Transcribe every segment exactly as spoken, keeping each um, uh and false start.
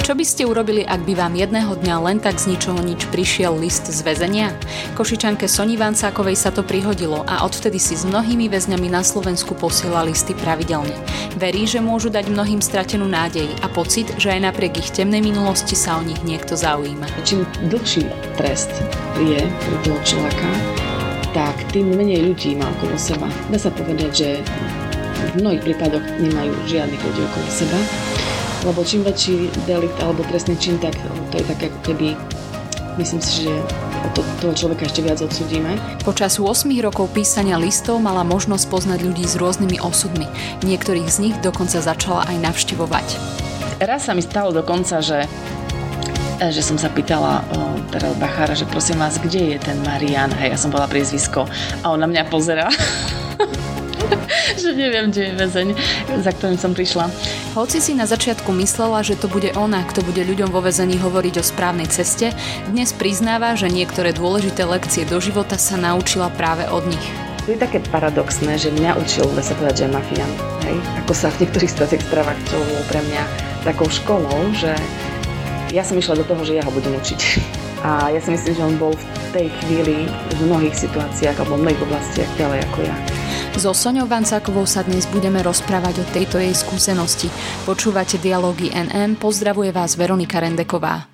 Čo by ste urobili, ak by vám jedného dňa len tak z ničoho nič prišiel list z väzenia? Košičanke Soni Vancákovej sa to prihodilo a odvtedy si s mnohými väzňami na Slovensku posiela listy pravidelne. Verí, že môžu dať mnohým stratenú nádej a pocit, že aj napriek ich temnej minulosti sa o nich niekto zaujíma. Čím dlhší trest je pre toho človeka, tak tým menej ľudí má okolo seba. Dá sa povedať, že v mnohých prípadoch nemajú žiadnych ľudí okolo seba. Lebo čím väčší delikt alebo trestný čin, tak to je tak ako keby, myslím si, že to, toho človeka ešte viac odsúdime. Počas ôsmich rokov písania listov mala možnosť poznať ľudí s rôznymi osudmi. Niektorých z nich dokonca začala aj navštevovať. Raz sa mi stalo dokonca, že, že som sa pýtala o, teda bachára, že prosím vás, kde je ten Marián? Hej, ja som bola priezvisko a on na mňa pozerá. Že neviem, kde je väzeň, za ktorým som prišla. Hoci si na začiatku myslela, že to bude ona, kto bude ľuďom vo väzení hovoriť o správnej ceste, dnes priznáva, že niektoré dôležité lekcie do života sa naučila práve od nich. To je také paradoxné, že mňa učil, dá sa povedať, že je mafián. Hej? Ako sa v niektorých situáciách správať, čo bolo pre mňa takou školou, že ja som išla do toho, že ja ho budem učiť. A ja si myslím, že on bol v tej chvíli v mnohých situáciách alebo v mnohých oblastiach ďalej ako ja. So Soňou Vancákovou sa dnes budeme rozprávať o tejto jej skúsenosti. Počúvate Dialógy en em, pozdravuje vás Veronika Rendeková.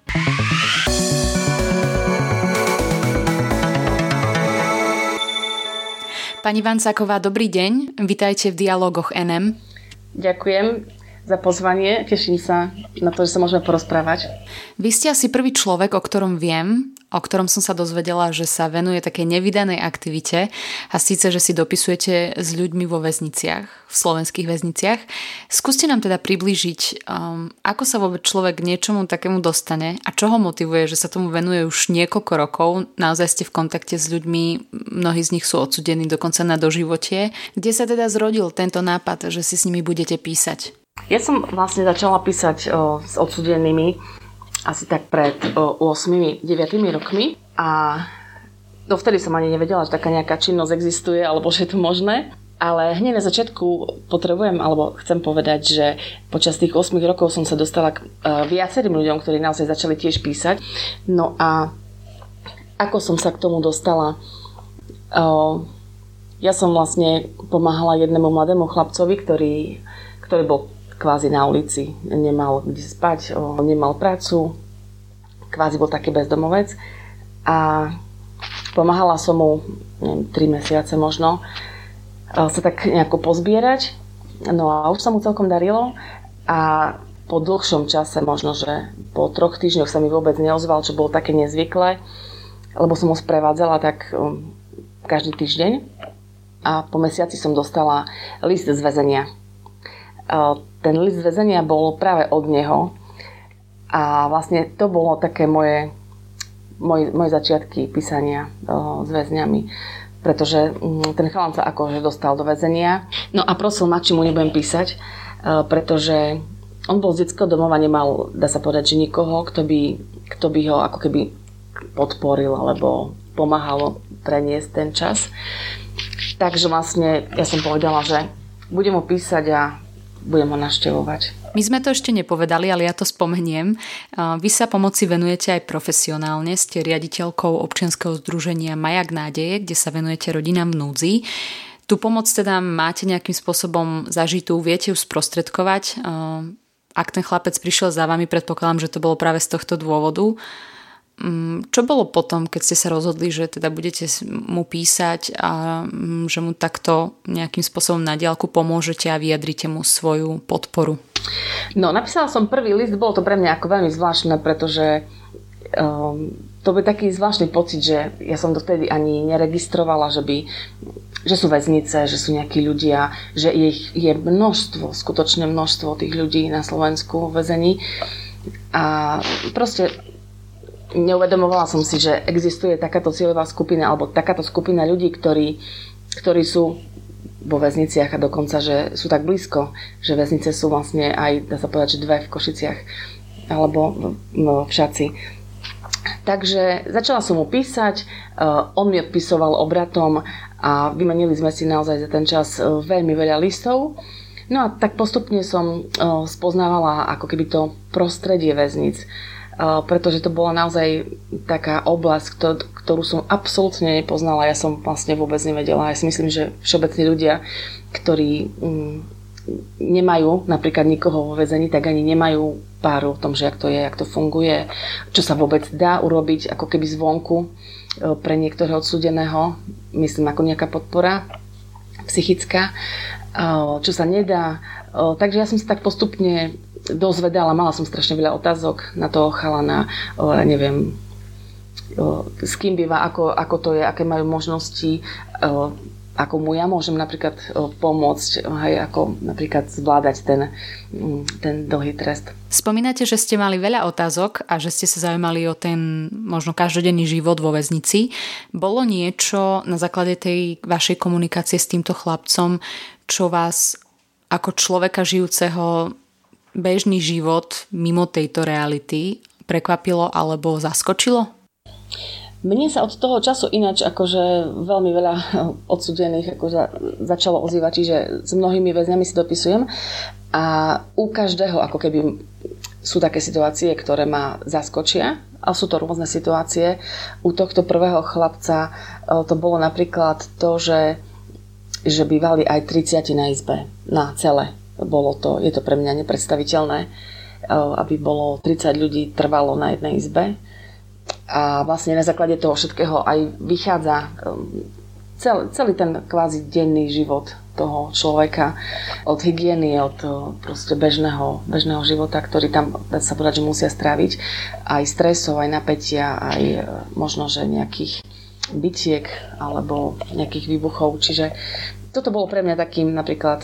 Pani Vancáková, dobrý deň, vitajte v Dialógoch en em. Ďakujem za pozvanie, teším sa na to, že sa môžeme porozprávať. Vy ste asi prvý človek, o ktorom viem, o ktorom som sa dozvedela, že sa venuje takej nevydanej aktivite a síce, že si dopisujete s ľuďmi vo väzniciach, v slovenských väzniciach. Skúste nám teda priblížiť, um, ako sa vôbec človek k niečomu takému dostane a čo ho motivuje, že sa tomu venuje už niekoľko rokov. Naozaj ste v kontakte s ľuďmi, mnohí z nich sú odsúdení dokonca na doživotie. Kde sa teda zrodil tento nápad, že si s nimi budete písať? Ja som vlastne začala písať o, s odsúdenými asi tak pred ôsmimi deviatimi rokmi a dovtedy som ani nevedela, že taká nejaká činnosť existuje alebo že je to možné. Ale hneď na začiatku potrebujem, alebo chcem povedať, že počas tých ôsmich rokov som sa dostala k viacerým ľuďom, ktorí naozaj začali tiež písať. No a ako som sa k tomu dostala? Ja som vlastne pomáhala jednému mladému chlapcovi, ktorý, ktorý bol kvázi na ulici, nemal kde spať, nemal prácu, kvázi bol taký bezdomovec a pomáhala som mu, neviem, tri mesiace možno, sa tak nejako pozbierať, no a už sa mu celkom darilo a po dlhšom čase, možno, že po troch týždňoch sa mi vôbec neozval, čo bolo také nezvyklé, lebo som ho sprevádzala tak každý týždeň a po mesiaci som dostala list z väzenia. Ten list väzenia bol práve od neho a vlastne to bolo také moje, moje, moje začiatky písania o, s väzňami, pretože m, ten chalan sa akože dostal do väzenia. No a prosil ma, či mu nebudem písať, o, pretože on bol z detského domova, nemal, dá sa povedať, že nikoho, kto by, kto by ho ako keby podporil alebo pomáhal preniesť ten čas. Takže vlastne ja som povedala, že budem mu písať a budem ho navštevovať. My sme to ešte nepovedali, ale ja to spomeniem. Vy sa pomoci venujete aj profesionálne. Ste riaditeľkou občianskeho združenia Majak nádeje, kde sa venujete rodinám v núdzi. Tú pomoc teda máte nejakým spôsobom zažitú, viete ju sprostredkovať. Ak ten chlapec prišiel za vami, predpokladám, že to bolo práve z tohto dôvodu. Čo bolo potom, keď ste sa rozhodli, že teda budete mu písať a že mu takto nejakým spôsobom na diaľku pomôžete a vyjadrite mu svoju podporu? No, napísala som prvý list, bolo to pre mňa ako veľmi zvláštne, pretože um, to bol taký zvláštny pocit, že ja som dovtedy ani neregistrovala, že, by, že sú väznice, že sú nejakí ľudia, že ich je množstvo, skutočne množstvo tých ľudí na Slovensku v väzení. A proste neuvedomovala som si, že existuje takáto cieľová skupina alebo takáto skupina ľudí, ktorí, ktorí sú vo väzniciach a dokonca, že sú tak blízko, že väznice sú vlastne aj, dá sa povedať, že dve v Košiciach alebo no, v Šaci. Takže začala som mu písať, on mi odpisoval obratom a vymenili sme si naozaj za ten čas veľmi veľa listov. No a tak postupne som spoznávala ako keby to prostredie väzníc, pretože to bola naozaj taká oblasť, ktorú som absolútne nepoznala. Ja som vlastne vôbec nevedela. Ja si myslím, že všeobecní ľudia, ktorí nemajú napríklad nikoho vo väzení, tak ani nemajú páru o tom, že jak to je, jak to funguje, čo sa vôbec dá urobiť ako keby zvonku pre niektorého odsúdeného, myslím ako nejaká podpora psychická, čo sa nedá. Takže ja som sa tak postupne dozvedala, mala som strašne veľa otázok na toho chalana, neviem, s kým býva, ako, ako to je, aké majú možnosti, ako mu ja môžem napríklad pomôcť, hej, ako napríklad zvládať ten, ten dlhý trest. Spomínate, že ste mali veľa otázok a že ste sa zaujímali o ten možno každodenný život vo väznici. Bolo niečo na základe tej vašej komunikácie s týmto chlapcom, čo vás ako človeka žijúceho bežný život mimo tejto reality prekvapilo alebo zaskočilo? Mne sa od toho času ináč akože veľmi veľa odsúdených akože začalo ozývať, čiže s mnohými väzňami si dopisujem a u každého ako keby sú také situácie, ktoré ma zaskočia a sú to rôzne situácie. U tohto prvého chlapca to bolo napríklad to, že, že bývali aj tridsiati na izbe, na cele. Bolo to, je to pre mňa nepredstaviteľné, aby bolo tridsať ľudí trvalo na jednej izbe. A vlastne na základe toho všetkého aj vychádza celý, celý ten kvázi denný život toho človeka od hygieny, od proste bežného, bežného života, ktorý tam, dá sa povedať, že musia stráviť. Aj stresov, aj napätia, aj možno, že nejakých bitiek alebo nejakých výbuchov. Čiže toto bolo pre mňa takým napríklad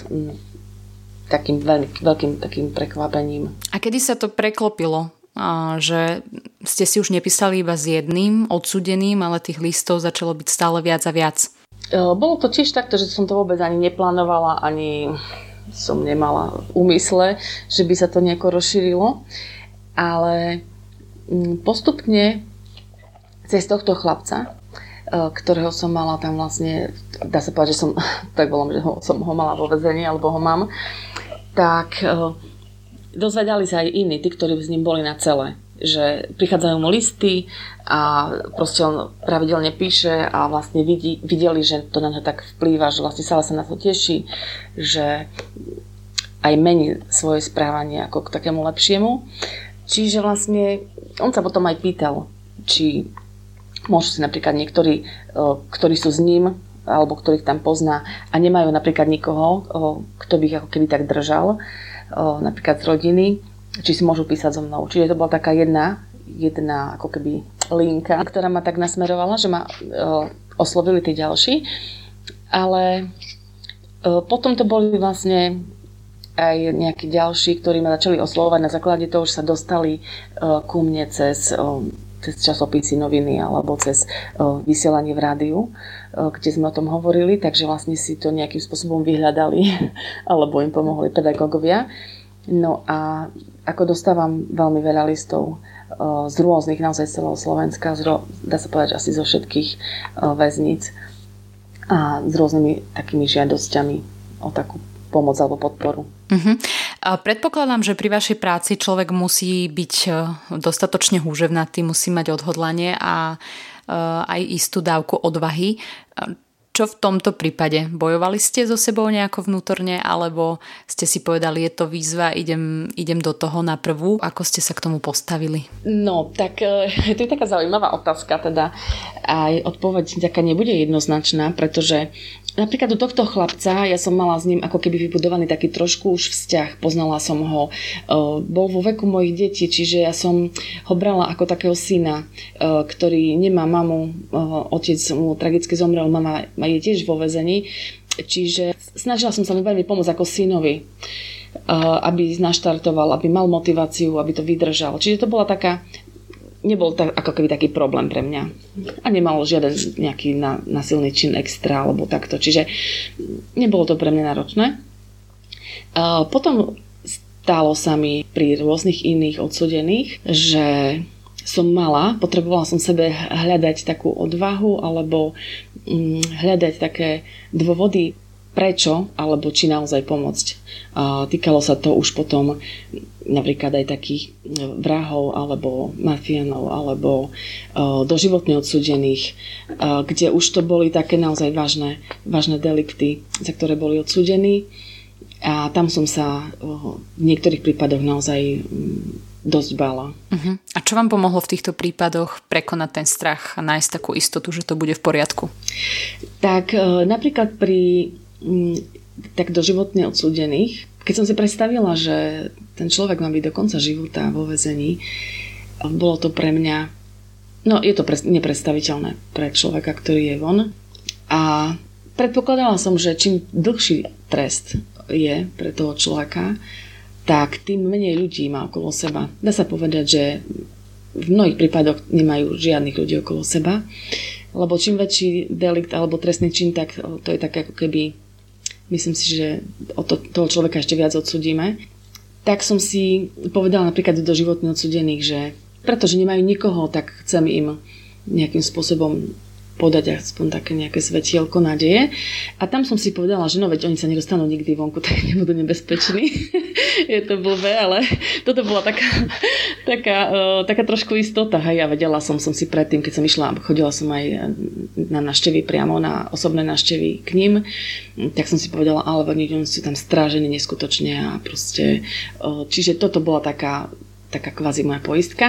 takým veľmi, veľkým takým prekvapením. A kedy sa to preklopilo? A že ste si už nepísali iba s jedným odsúdeným, ale tých listov začalo byť stále viac a viac? Bolo to tiež takto, že som to vôbec ani neplánovala, ani som nemala v úmysle, že by sa to nejako rozšírilo. Ale postupne cez tohto chlapca, ktorého som mala tam vlastne, dá sa povedať, že som, tak bolo, že ho, som ho mala vo väzení, alebo ho mám, tak dozvedali sa aj iní, tí, ktorí s ním boli na cele, že prichádzajú mu listy a proste on pravidelne píše a vlastne vidí, videli, že to na ňa tak vplýva, že vlastne stále sa na to teší, že aj mení svoje správanie ako k takému lepšiemu. Čiže vlastne on sa potom aj pýtal, či môžu si napríklad niektorí, ktorí sú s ním alebo ktorých tam pozná a nemajú napríklad nikoho, kto by ich ako keby tak držal, napríklad z rodiny, či si môžu písať so mnou. Čiže to bola taká jedna, jedna ako keby linka, ktorá ma tak nasmerovala, že ma oslovili tí ďalší. Ale potom to boli vlastne aj nejakí ďalší, ktorí ma začali oslovovať na základe toho, že sa dostali ku mne cez, cez časopisy, noviny alebo cez vysielanie v rádiu, kde sme o tom hovorili, takže vlastne si to nejakým spôsobom vyhľadali alebo im pomohli pedagógovia. No a ako dostávam veľmi veľa listov z rôznych, naozaj z celého Slovenska, z, dá sa povedať asi zo všetkých väzníc a s rôznymi takými žiadosťami o takú pomoc alebo podporu. Uh-huh. Predpokladám, že pri vašej práci človek musí byť dostatočne húževnatý, musí mať odhodlanie a aj istú dávku odvahy. Čo v tomto prípade? Bojovali ste so sebou nejako vnútorne, alebo ste si povedali, je to výzva, idem, idem do toho na prvú? Ako ste sa k tomu postavili? No, tak to je taká zaujímavá otázka, teda aj odpoveď taká nebude jednoznačná, pretože napríklad do tohto chlapca ja som mala s ním ako keby vybudovaný taký trošku už vzťah. Poznala som ho. Bol vo veku mojich detí, čiže ja som ho brala ako takého syna, ktorý nemá mamu. Otec mu tragicky zomrel, mama je tiež vo väzení. Čiže snažila som sa mu veľmi pomôcť ako synovi, aby naštartoval, aby mal motiváciu, aby to vydržal. Čiže to bola taká nebol tak, ako keby taký problém pre mňa. A nemal žiaden nejaký násilný čin extra, alebo takto. Čiže nebolo to pre mňa náročné. Potom stalo sa mi pri rôznych iných odsúdených, že som mala, potrebovala som sebe hľadať takú odvahu, alebo hľadať také dôvody, prečo, alebo či naozaj pomôcť. Týkalo sa to už potom napríklad aj takých vrahov, alebo mafiánov, alebo doživotne odsúdených, kde už to boli také naozaj vážne, vážne delikty, za ktoré boli odsúdení. A tam som sa v niektorých prípadoch naozaj dosť bála. Uh-huh. A čo vám pomohlo v týchto prípadoch prekonať ten strach a nájsť takú istotu, že to bude v poriadku? Tak napríklad pri tak doživotne odsúdených, keď som si predstavila, že ten človek má byť do konca života vo väzení, bolo to pre mňa, no je to pre, nepredstaviteľné pre človeka, ktorý je von. A predpokladala som, že čím dlhší trest je pre toho človeka, tak tým menej ľudí má okolo seba. Dá sa povedať, že v mnohých prípadoch nemajú žiadnych ľudí okolo seba, lebo čím väčší delikt alebo trestný čin, tak to je tak ako keby, myslím si, že o to, toho človeka ešte viac odsúdime. Tak som si povedala napríklad do životne odsudených, že pretože nemajú nikoho, tak chcem im nejakým spôsobom podať aspoň také nejaké svetielko nádeje. A tam som si povedala, že no veď oni sa nedostanú nikdy vonku, tak nebudú nebezpeční. Je to blbé, ale toto bola taká, taká, uh, taká trošku istota. Hej, ja vedela som, som si predtým, keď som išla, chodila som aj na návštevy priamo, na osobné návštevy k ním, tak som si povedala, ale oni sú tam strážení neskutočne a proste, uh, čiže toto bola taká taká kvázi moja poistka.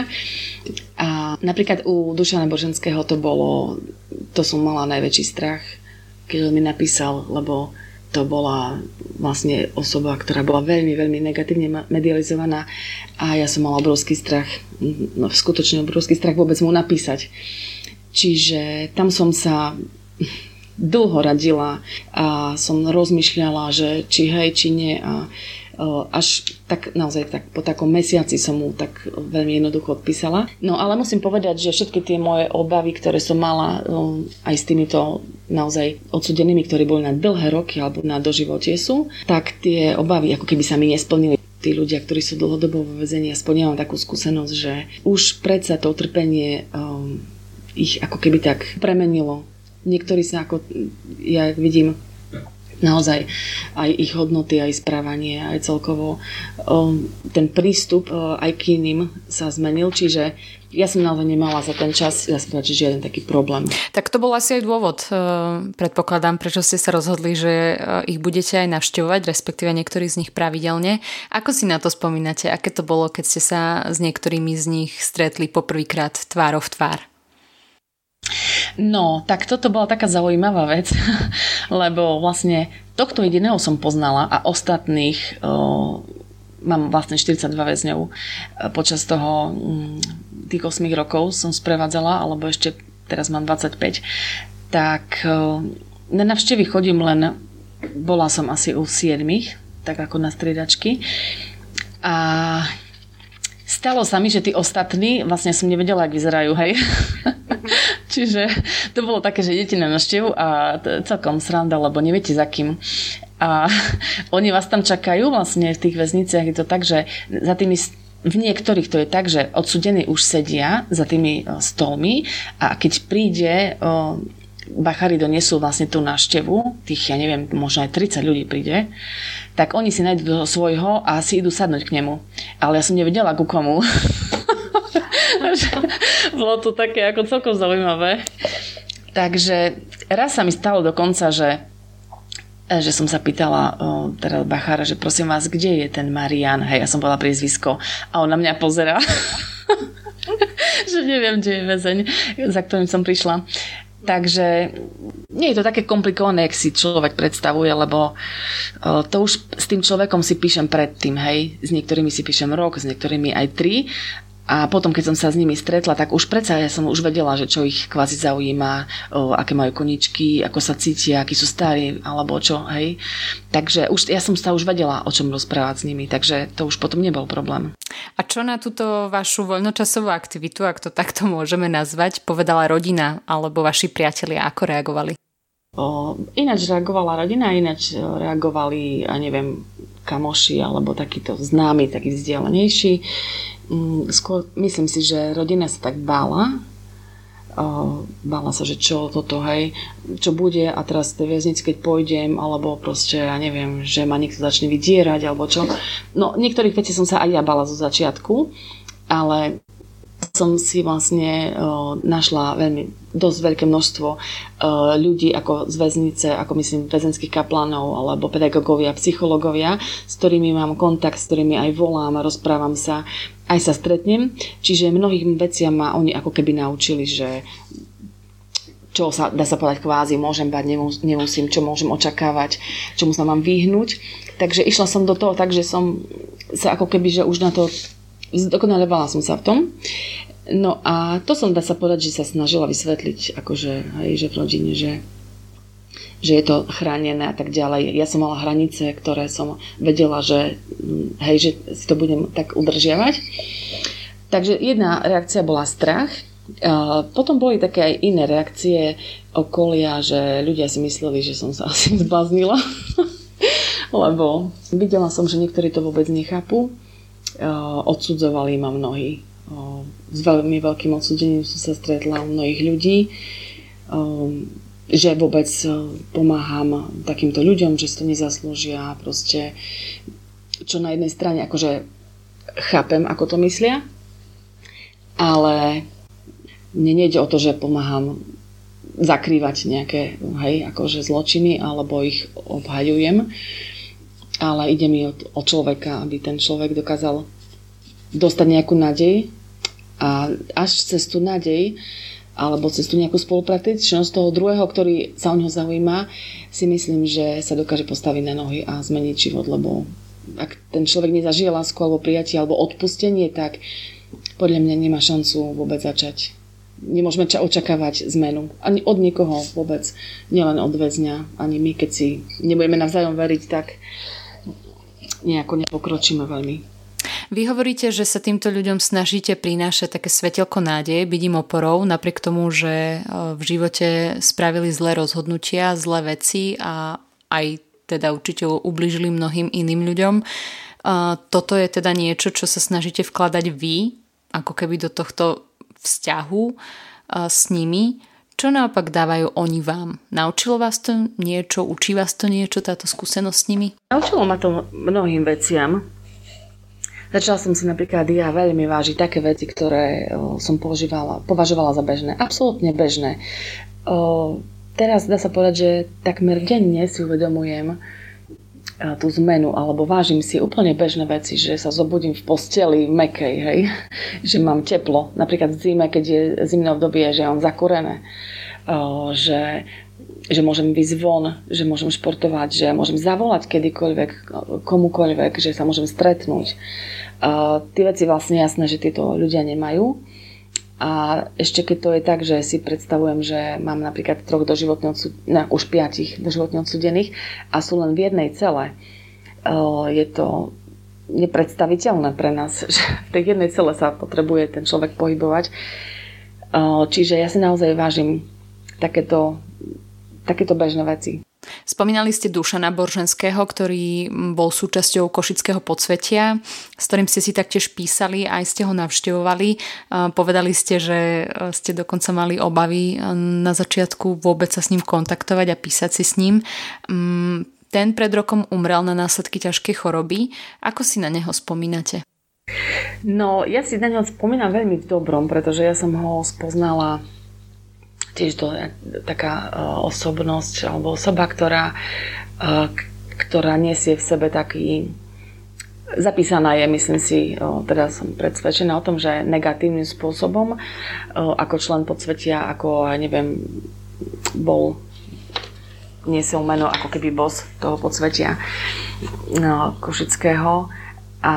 A napríklad u Dušana Boženského to bolo, to som mala najväčší strach, keď on mi napísal, lebo to bola vlastne osoba, ktorá bola veľmi, veľmi negatívne medializovaná a ja som mala obrovský strach, no skutočne obrovský strach vôbec mu napísať. Čiže tam som sa dlho radila a som rozmýšľala, že či hej, či nie a až tak naozaj tak, po takom mesiaci som mu tak veľmi jednoducho odpísala. No ale musím povedať, že všetky tie moje obavy, ktoré som mala um, aj s týmito naozaj odsúdenými, ktorí boli na dlhé roky alebo na doživotie sú, tak tie obavy ako keby sa mi nesplnili. Tí ľudia, ktorí sú dlhodobo vo väzení, aspoň ja mám takú skúsenosť, že už predsa to utrpenie um, ich ako keby tak premenilo. Niektorí sa ako, ja vidím, naozaj aj ich hodnoty, aj správanie, aj celkovo um, ten prístup uh, aj k iným sa zmenil, čiže ja som naozaj nemala za ten čas ja som povedať, že žiaden taký problém. Tak to bol asi aj dôvod, uh, predpokladám, prečo ste sa rozhodli, že uh, ich budete aj navštevovať, respektíve niektorí z nich pravidelne. Ako si na to spomínate? Aké to bolo, keď ste sa s niektorými z nich stretli poprvýkrát tvárou v tvár? No, tak toto bola taká zaujímavá vec, lebo vlastne tohto jediného som poznala a ostatných, o, mám vlastne štyridsaťdva väzňov počas toho tých osem rokov som sprevádzala, alebo ešte teraz mám dvadsaťpäť. Tak o, na návštevy chodím len, bola som asi u siedmich, tak ako na striedačky. A stalo sa mi, že tí ostatní, vlastne som nevedela, jak vyzerajú, hej. Čiže to bolo také, že idete na návštevu a celkom sranda, lebo neviete za kým. A oni vás tam čakajú vlastne v tých väzniciach. Je to tak, že za tými, v niektorých to je tak, že odsúdení už sedia za tými stolmi a keď príde, bachári donesú vlastne tú návštevu, tých, ja neviem, možno aj tridsať ľudí príde, tak oni si nájdú do svojho a si idú sadnúť k nemu. Ale ja som nevedela ku komu. Bolo to také ako celkom zaujímavé. Takže raz sa mi stalo dokonca, že, že som sa pýtala o, teda bachára, že prosím vás, kde je ten Marián? Hej, ja som bola priezvisko a on na mňa pozerá. Že neviem, kde je väzeň, za ktorým som prišla. Takže nie je to také komplikované, jak si človek predstavuje, lebo to už s tým človekom si píšem predtým, hej. S niektorými si píšem rok, s niektorými aj tri. A potom, keď som sa s nimi stretla, tak už predsa ja som už vedela, že čo ich kvázi zaujíma, o, aké majú koničky, ako sa cítia, akí sú starí, alebo čo, hej. Takže už, ja som sa už vedela, o čom rozprávať s nimi, takže to už potom nebol problém. A čo na túto vašu voľnočasovú aktivitu, ak to takto môžeme nazvať, povedala rodina alebo vaši priatelia, ako reagovali? O, ináč reagovala rodina, ináč reagovali, a neviem, kamoši alebo takíto známi, takí vzdialenejší. Skôr myslím si, že rodina sa tak bála, bála sa, že čo toto, hej, čo bude a teraz v tej väznici, keď pôjdem, alebo proste, ja neviem, že ma niekto začne vydierať, alebo čo. No, niektorých vecí som sa aj ja bála zo začiatku, ale som si vlastne uh, našla veľmi, dosť veľké množstvo uh, ľudí ako z väznice, ako myslím väzenských kaplanov alebo pedagógovia, psychológovia, s ktorými mám kontakt, s ktorými aj volám, rozprávam sa, aj sa stretnem. Čiže mnohým veciam ma oni ako keby naučili, že čo sa, dá sa povedať kvázi, môžem bať, nemus, nemusím, čo môžem očakávať, čomu sa mám vyhnúť. Takže išla som do toho tak, že som sa ako keby, že už na to zdokonalovala som sa v tom. No a to som, dá sa povedať, že sa snažila vysvetliť, akože, hej, že v rodine, že, že je to chránené a tak ďalej. Ja som mala hranice, ktoré som vedela, že, hej, že si to budem tak udržiavať. Takže jedna reakcia bola strach. Potom boli také aj iné reakcie okolia, že ľudia si mysleli, že som sa asi zbláznila. Lebo videla som, že niektorí to vôbec nechápu. Odsudzovali ma mnohí. S veľmi veľkým odsúdením som sa stretla u mnohých ľudí, že vôbec pomáham takýmto ľuďom, že si to nezaslúžia. Proste, čo na jednej strane akože chápem, ako to myslia, ale mne nejde o to, že pomáham zakrývať nejaké, hej, akože zločiny, alebo ich obhajujem, ale ide mi o, o človeka, aby ten človek dokázal dostať nejakú nádej a až cez tú nádej alebo cez tú nejakú spolupracujúcnosť toho druhého, ktorý sa o ňoho zaujíma, si myslím, že sa dokáže postaviť na nohy a zmeniť život, lebo ak ten človek nezažije lásku alebo prijatie alebo odpustenie, tak podľa mňa nemá šancu vôbec začať. Nemôžeme očakávať zmenu ani od nikoho vôbec, nielen od väzňa, ani my, keď si nebudeme navzájom veriť, tak nejako nepokročíme veľmi. Vy hovoríte, že sa týmto ľuďom snažíte prinášať také svetelko nádeje, byť im oporou, napriek tomu, že v živote spravili zlé rozhodnutia, zlé veci a aj teda určite ublížili mnohým iným ľuďom. Toto je teda niečo, čo sa snažíte vkladať vy, ako keby do tohto vzťahu s nimi. Čo naopak dávajú oni vám? Naučilo vás to niečo? Učí vás to niečo, táto skúsenosť s nimi? Naučilo ma to mnohým veciam. Začala som si napríklad ja veľmi vážiť také veci, ktoré o, som považovala, považovala za bežné. Absolútne bežné. O, teraz dá sa povedať, že takmer denne si uvedomujem o, tú zmenu, alebo vážim si úplne bežné veci, že sa zobudím v posteli mäkkej, hej, že mám teplo. Napríklad v zime, keď je zimné obdobie, že mám zakúrené, o, že že môžem vyjsť von, že môžem športovať, že môžem zavolať kedykoľvek, komukoľvek, že sa môžem stretnúť. Uh, tie veci vlastne jasné, že títo ľudia nemajú. A ešte keď to je tak, že si predstavujem, že mám napríklad troch doživotne odsúdených, ne, už piatich doživotne odsúdených a sú len v jednej cele. Uh, je to nepredstaviteľné pre nás, že v tej jednej cele sa potrebuje ten človek pohybovať. Uh, čiže ja si naozaj vážim takéto takéto bežné veci. Spomínali ste Dušana Boržanského, ktorý bol súčasťou Košického podsvetia, s ktorým ste si taktiež písali, aj ste ho navštevovali. Povedali ste, že ste dokonca mali obavy na začiatku vôbec sa s ním kontaktovať a písať si s ním. Ten pred rokom umrel na následky ťažkej choroby. Ako si na neho spomínate? No, ja si na neho spomínam veľmi v dobrom, pretože ja som ho spoznala tiež to je taká uh, osobnosť alebo osoba, ktorá, uh, k- ktorá nesie v sebe taký, zapísaná je, myslím si, uh, teda som predsvedčená o tom, že negatívnym spôsobom, uh, ako člen podsvetia, ako, neviem, bol, niesol meno ako keby boss toho podsvetia uh, košického a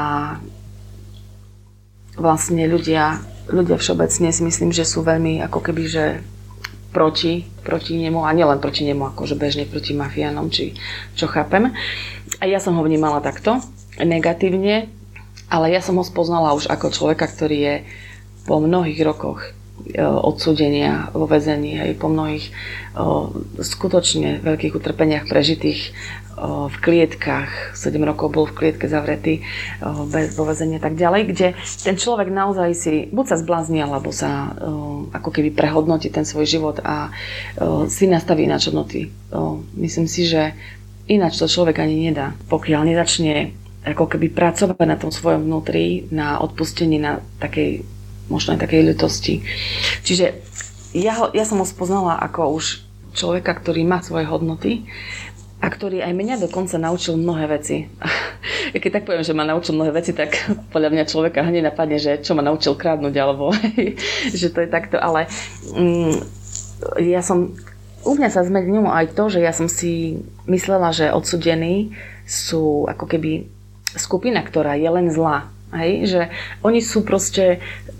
vlastne ľudia, ľudia všeobecne si myslím, že sú veľmi ako keby, že proti, proti nemu a nielen proti nemu, akože bežne proti mafiánom, či čo chápem. A ja som ho vnímala takto, negatívne, ale ja som ho spoznala už ako človeka, ktorý je po mnohých rokoch odsúdenia vo väzení, hej, po mnohých o, skutočne veľkých utrpeniach prežitých o, v klietkách, sedem rokov bol v klietke zavretý o, bez, vo väzení a tak ďalej, kde ten človek naozaj si buď sa zblázni, alebo sa o, ako keby prehodnotí ten svoj život a o, si nastaví ináč hodnoty. O, myslím si, že ináč to človek ani nedá, pokiaľ nezačne ako keby pracovať na tom svojom vnútri, na odpustení, na takej možno aj takej ľutosti. Čiže ja, ho, ja som ho spoznala ako už človeka, ktorý má svoje hodnoty a ktorý aj mňa dokonca naučil mnohé veci. Keď tak poviem, že ma naučil mnohé veci, tak podľa mňa človeka hneď napadne, že čo ma naučil krádnuť, alebo že to je takto. Ale mm, ja som, u mňa sa zmenilo aj to, že ja som si myslela, že odsúdení sú ako keby skupina, ktorá je len zlá. Hej? Že oni sú proste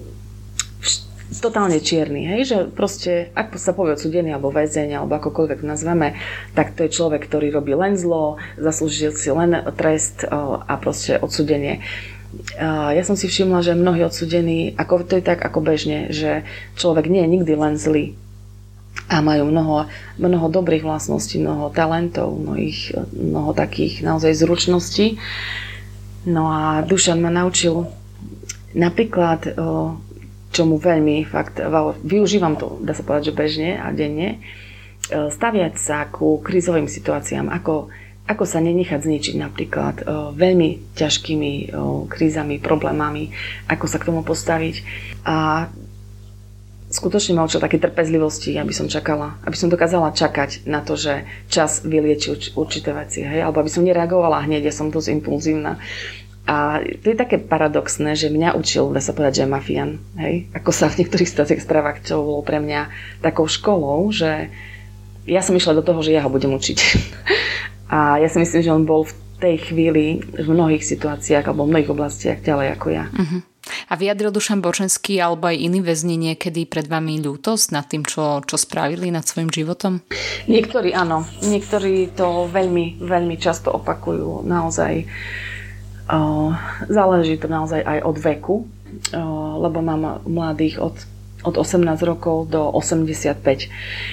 totálne čierny, hej, že proste, ak sa povie odsúdený alebo väzeň, alebo akokoľvek nazveme, tak to je človek, ktorý robí len zlo, zaslúžil si len trest a proste odsúdenie. Ja som si všimla, že mnohí odsúdení, ako to je tak ako bežne, že človek nie je nikdy len zlý a majú mnoho, mnoho dobrých vlastností, mnoho talentov, mnohých, mnoho takých naozaj zručností. No a Dušan ma naučil napríklad, čo mu veľmi fakt, využívam to, dá sa povedať, že bežne a denne, staviať sa ku krízovým situáciám, ako, ako sa nenechať zničiť napríklad veľmi ťažkými krízami, problémami, ako sa k tomu postaviť. A skutočne ma učil také trpezlivosti, aby som čakala, aby som dokázala čakať na to, že čas vylieči určité veci, hej? Alebo aby som nereagovala hneď, ja som dosť impulzívna. A to je také paradoxné, že mňa učil, dá sa povedať, že je mafián, hej? Ako sa v niektorých situáciách správach, čo bolo pre mňa takou školou, že ja som išla do toho, že ja ho budem učiť. A ja si myslím, že on bol v tej chvíli v mnohých situáciách alebo v mnohých oblastiach ďalej ako ja. Uh-huh. A vyjadril Dušan Boženský alebo aj iní väzni niekedy pred vami ľútosť nad tým, čo, čo spravili nad svojim životom? Niektorí áno. Niektorí to veľmi, veľmi často opakujú. Naozaj o, záleží to naozaj aj od veku, o, lebo mám mladých od, od osemnásť rokov do osemdesiatpäť.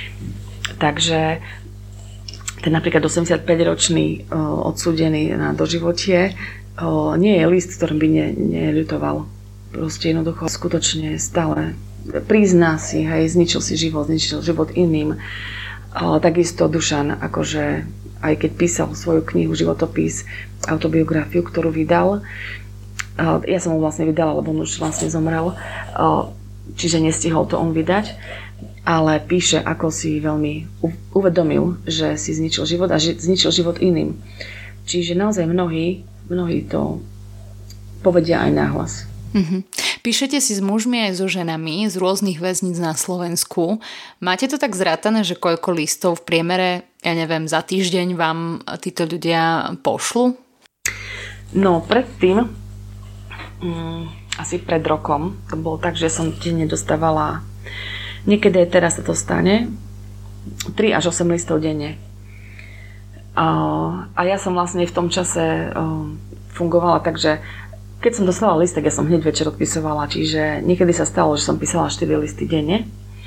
Takže ten napríklad osemdesiatpäťročný o, odsúdený na doživotie o, nie je list, ktorým by ne, neľutoval. Proste jednoducho skutočne stále prizná si, hej, zničil si život, zničil život iným. O, takisto Dušan, akože aj keď písal svoju knihu, životopis, autobiografiu, ktorú vydal, o, ja som ho vlastne vydala, lebo on už vlastne zomrel, o, čiže nestihol to on vydať, ale píše, ako si veľmi uvedomil, že si zničil život a že zničil život iným. Čiže naozaj mnohí, mnohí to povedia aj nahlas. Mm-hmm. Píšete si s mužmi aj so ženami z rôznych väzníc na Slovensku. Máte to tak zrátané, že koľko listov v priemere, ja neviem, za týždeň vám títo ľudia pošlu? No, predtým, mm, asi pred rokom, to bolo tak, že som denne dostávala, niekedy aj teraz sa to stane, tri až osem listov denne. A, a ja som vlastne v tom čase fungovala tak, že keď som dostala list, tak ja som hneď večer odpisovala, čiže niekedy sa stalo, že som písala štyri listy denne.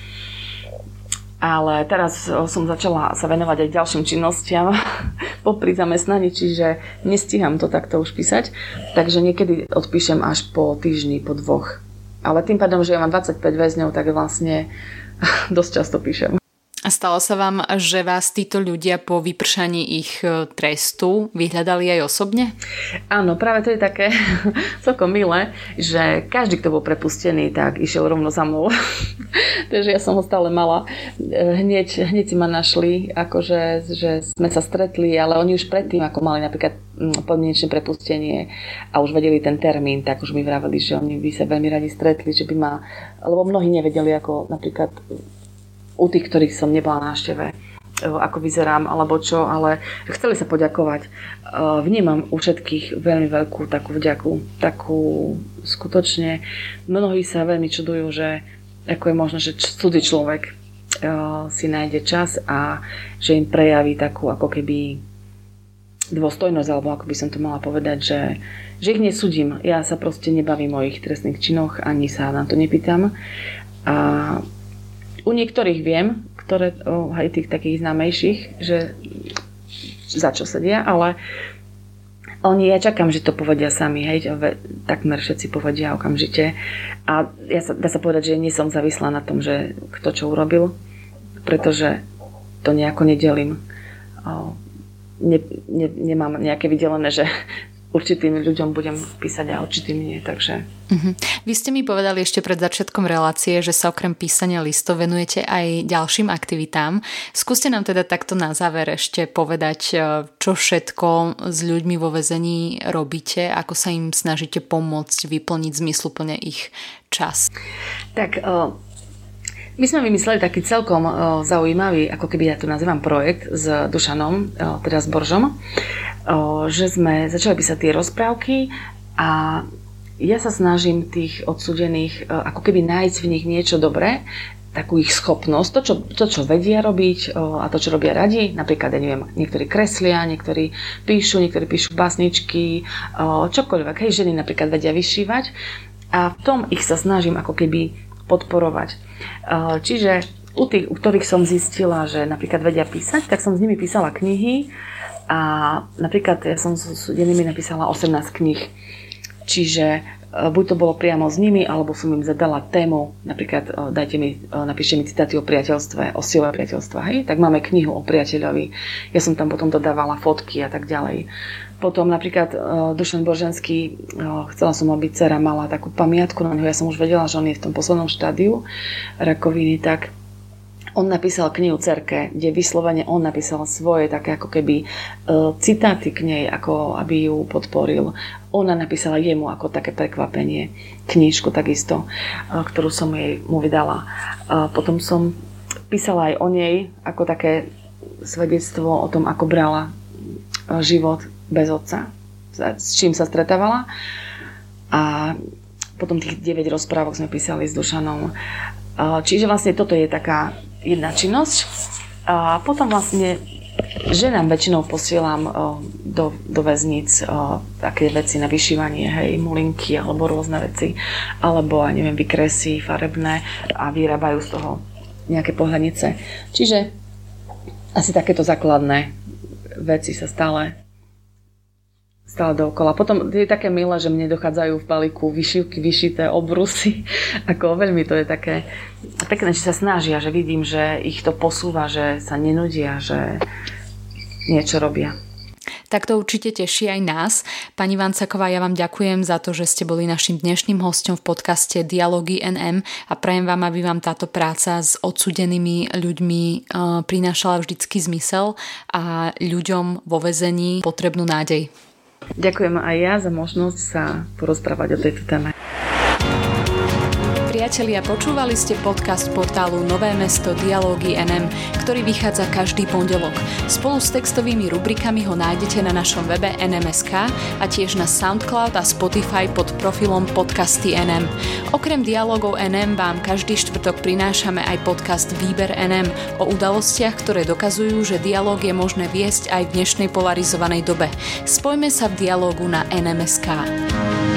Ale teraz som začala sa venovať aj ďalším činnostiam popri zamestnaní, čiže nestíham to takto už písať. Takže niekedy odpíšem až po týždni, po dvoch. Ale tým pádom, že ja mám dvadsaťpäť väzňov, tak vlastne dosť často píšem. A stalo sa vám, že vás títo ľudia po vypršaní ich trestu vyhľadali aj osobne? Áno, práve to je také celkom milé, že každý, kto bol prepustený, tak išiel rovno za mnou. Takže ja som ho stále mala. Hneď, hneď si ma našli, akože že sme sa stretli, ale oni už predtým, ako mali napríklad podmienečné prepustenie a už vedeli ten termín, tak už mi vraveli, že oni by sa veľmi radi stretli, že by ma, lebo mnohí nevedeli, ako napríklad u tých, ktorých som nebola na návšteve, ako vyzerám, alebo čo, ale chceli sa poďakovať. Vnímam u všetkých veľmi veľkú takú vďaku, takú skutočne, mnohí sa veľmi čudujú, že ako je možno, že cudzí človek si nájde čas a že im prejaví takú ako keby dôstojnosť, alebo ako by som to mala povedať, že, že ich nesúdim. Ja sa proste nebavím o ich trestných činoch, ani sa na to nepýtam. A u niektorých viem, ktoré, aj tých takých známejších, že za čo sedia, ale oni, ja čakám, že to povedia sami, hej, takmer všetci povedia okamžite. A ja sa, dá sa povedať, že nie som závislá na tom, že kto čo urobil, pretože to nejako nedelím. Ne, ne, nemám nejaké vydelené, že určitým ľuďom budem písať a určitým nie, takže... Uh-huh. Vy ste mi povedali ešte pred začiatkom relácie, že sa okrem písania listov venujete aj ďalším aktivitám. Skúste nám teda takto na záver ešte povedať, čo všetko s ľuďmi vo väzení robíte, ako sa im snažíte pomôcť vyplniť zmysluplne ich čas. Tak... Uh... My sme vymysleli taký celkom o, zaujímavý, ako keby ja to nazývam, projekt s Dušanom, o, teda s Boržom, o, že sme začali písať tie rozprávky a ja sa snažím tých odsúdených o, ako keby nájsť v nich niečo dobré, takú ich schopnosť, to čo, to, čo vedia robiť o, a to, čo robia radi. Napríklad, ja neviem, niektorí kreslia, niektorí píšu, niektorí píšu básničky, o, čokoľvek. Hej, ženy napríklad vedia vyšívať a v tom ich sa snažím ako keby podporovať. Čiže u tých, u ktorých som zistila, že napríklad vedia písať, tak som s nimi písala knihy a napríklad ja som s jednými napísala osemnásť kníh. Čiže buď to bolo priamo s nimi, alebo som im zadala tému, napríklad dajte mi, napíšte mi citáty o priateľstve, o sile priateľstva, hej? Tak máme knihu o priateľovi. Ja som tam potom dodávala fotky a tak ďalej. Potom napríklad uh, Dušan Boržanský, uh, chcela som, aby dcera mala takú pamiatku na neho. Ja som už vedela, že on je v tom poslednom štádiu rakoviny, tak on napísal knihu dcerke, kde vyslovene on napísal svoje také ako keby uh, citáty k nej, ako aby ju podporil. Ona napísala jemu ako také prekvapenie knižku takisto, uh, ktorú som jej mu vydala. Uh, potom som písala aj o nej ako také svedectvo o tom, ako brala uh, život bez otca, s čím sa stretávala. A potom tých deväť rozprávok sme písali s Dušanom. Čiže vlastne toto je taká jedna činnosť. A potom vlastne ženám väčšinou posielam do, do väzníc také veci na vyšívanie, hej, mulinky alebo rôzne veci, alebo, ja neviem, vykresy farebné a vyrábajú z toho nejaké pohľadnice. Čiže asi takéto základné veci sa stále stále dookola. Potom je také milé, že mne dochádzajú v balíku vyšívky, vyšité obrusy. Ako veľmi to je také pekné, že sa snažia, že vidím, že ich to posúva, že sa nenudia, že niečo robia. Tak to určite teší aj nás. Pani Vancáková, ja vám ďakujem za to, že ste boli našim dnešným hosťom v podcaste Dialógy en em a prajem vám, aby vám táto práca s odsúdenými ľuďmi uh, prinášala vždycky zmysel a ľuďom vo väzení potrebnú nádej. Ďakujem aj ja za možnosť sa porozprávať o tejto téme. Priatelia, počúvali ste podcast portálu Nové mesto Dialógy en em, ktorý vychádza každý pondelok. Spolu s textovými rubrikami ho nájdete na našom webe en em bodka es ká a tiež na SoundCloud a Spotify pod profilom Podcasty en em. Okrem Dialógov en em vám každý štvrtok prinášame aj podcast Výber en em o udalostiach, ktoré dokazujú, že dialóg je možné viesť aj v dnešnej polarizovanej dobe. Spojme sa v dialógu na en em bodka es ká.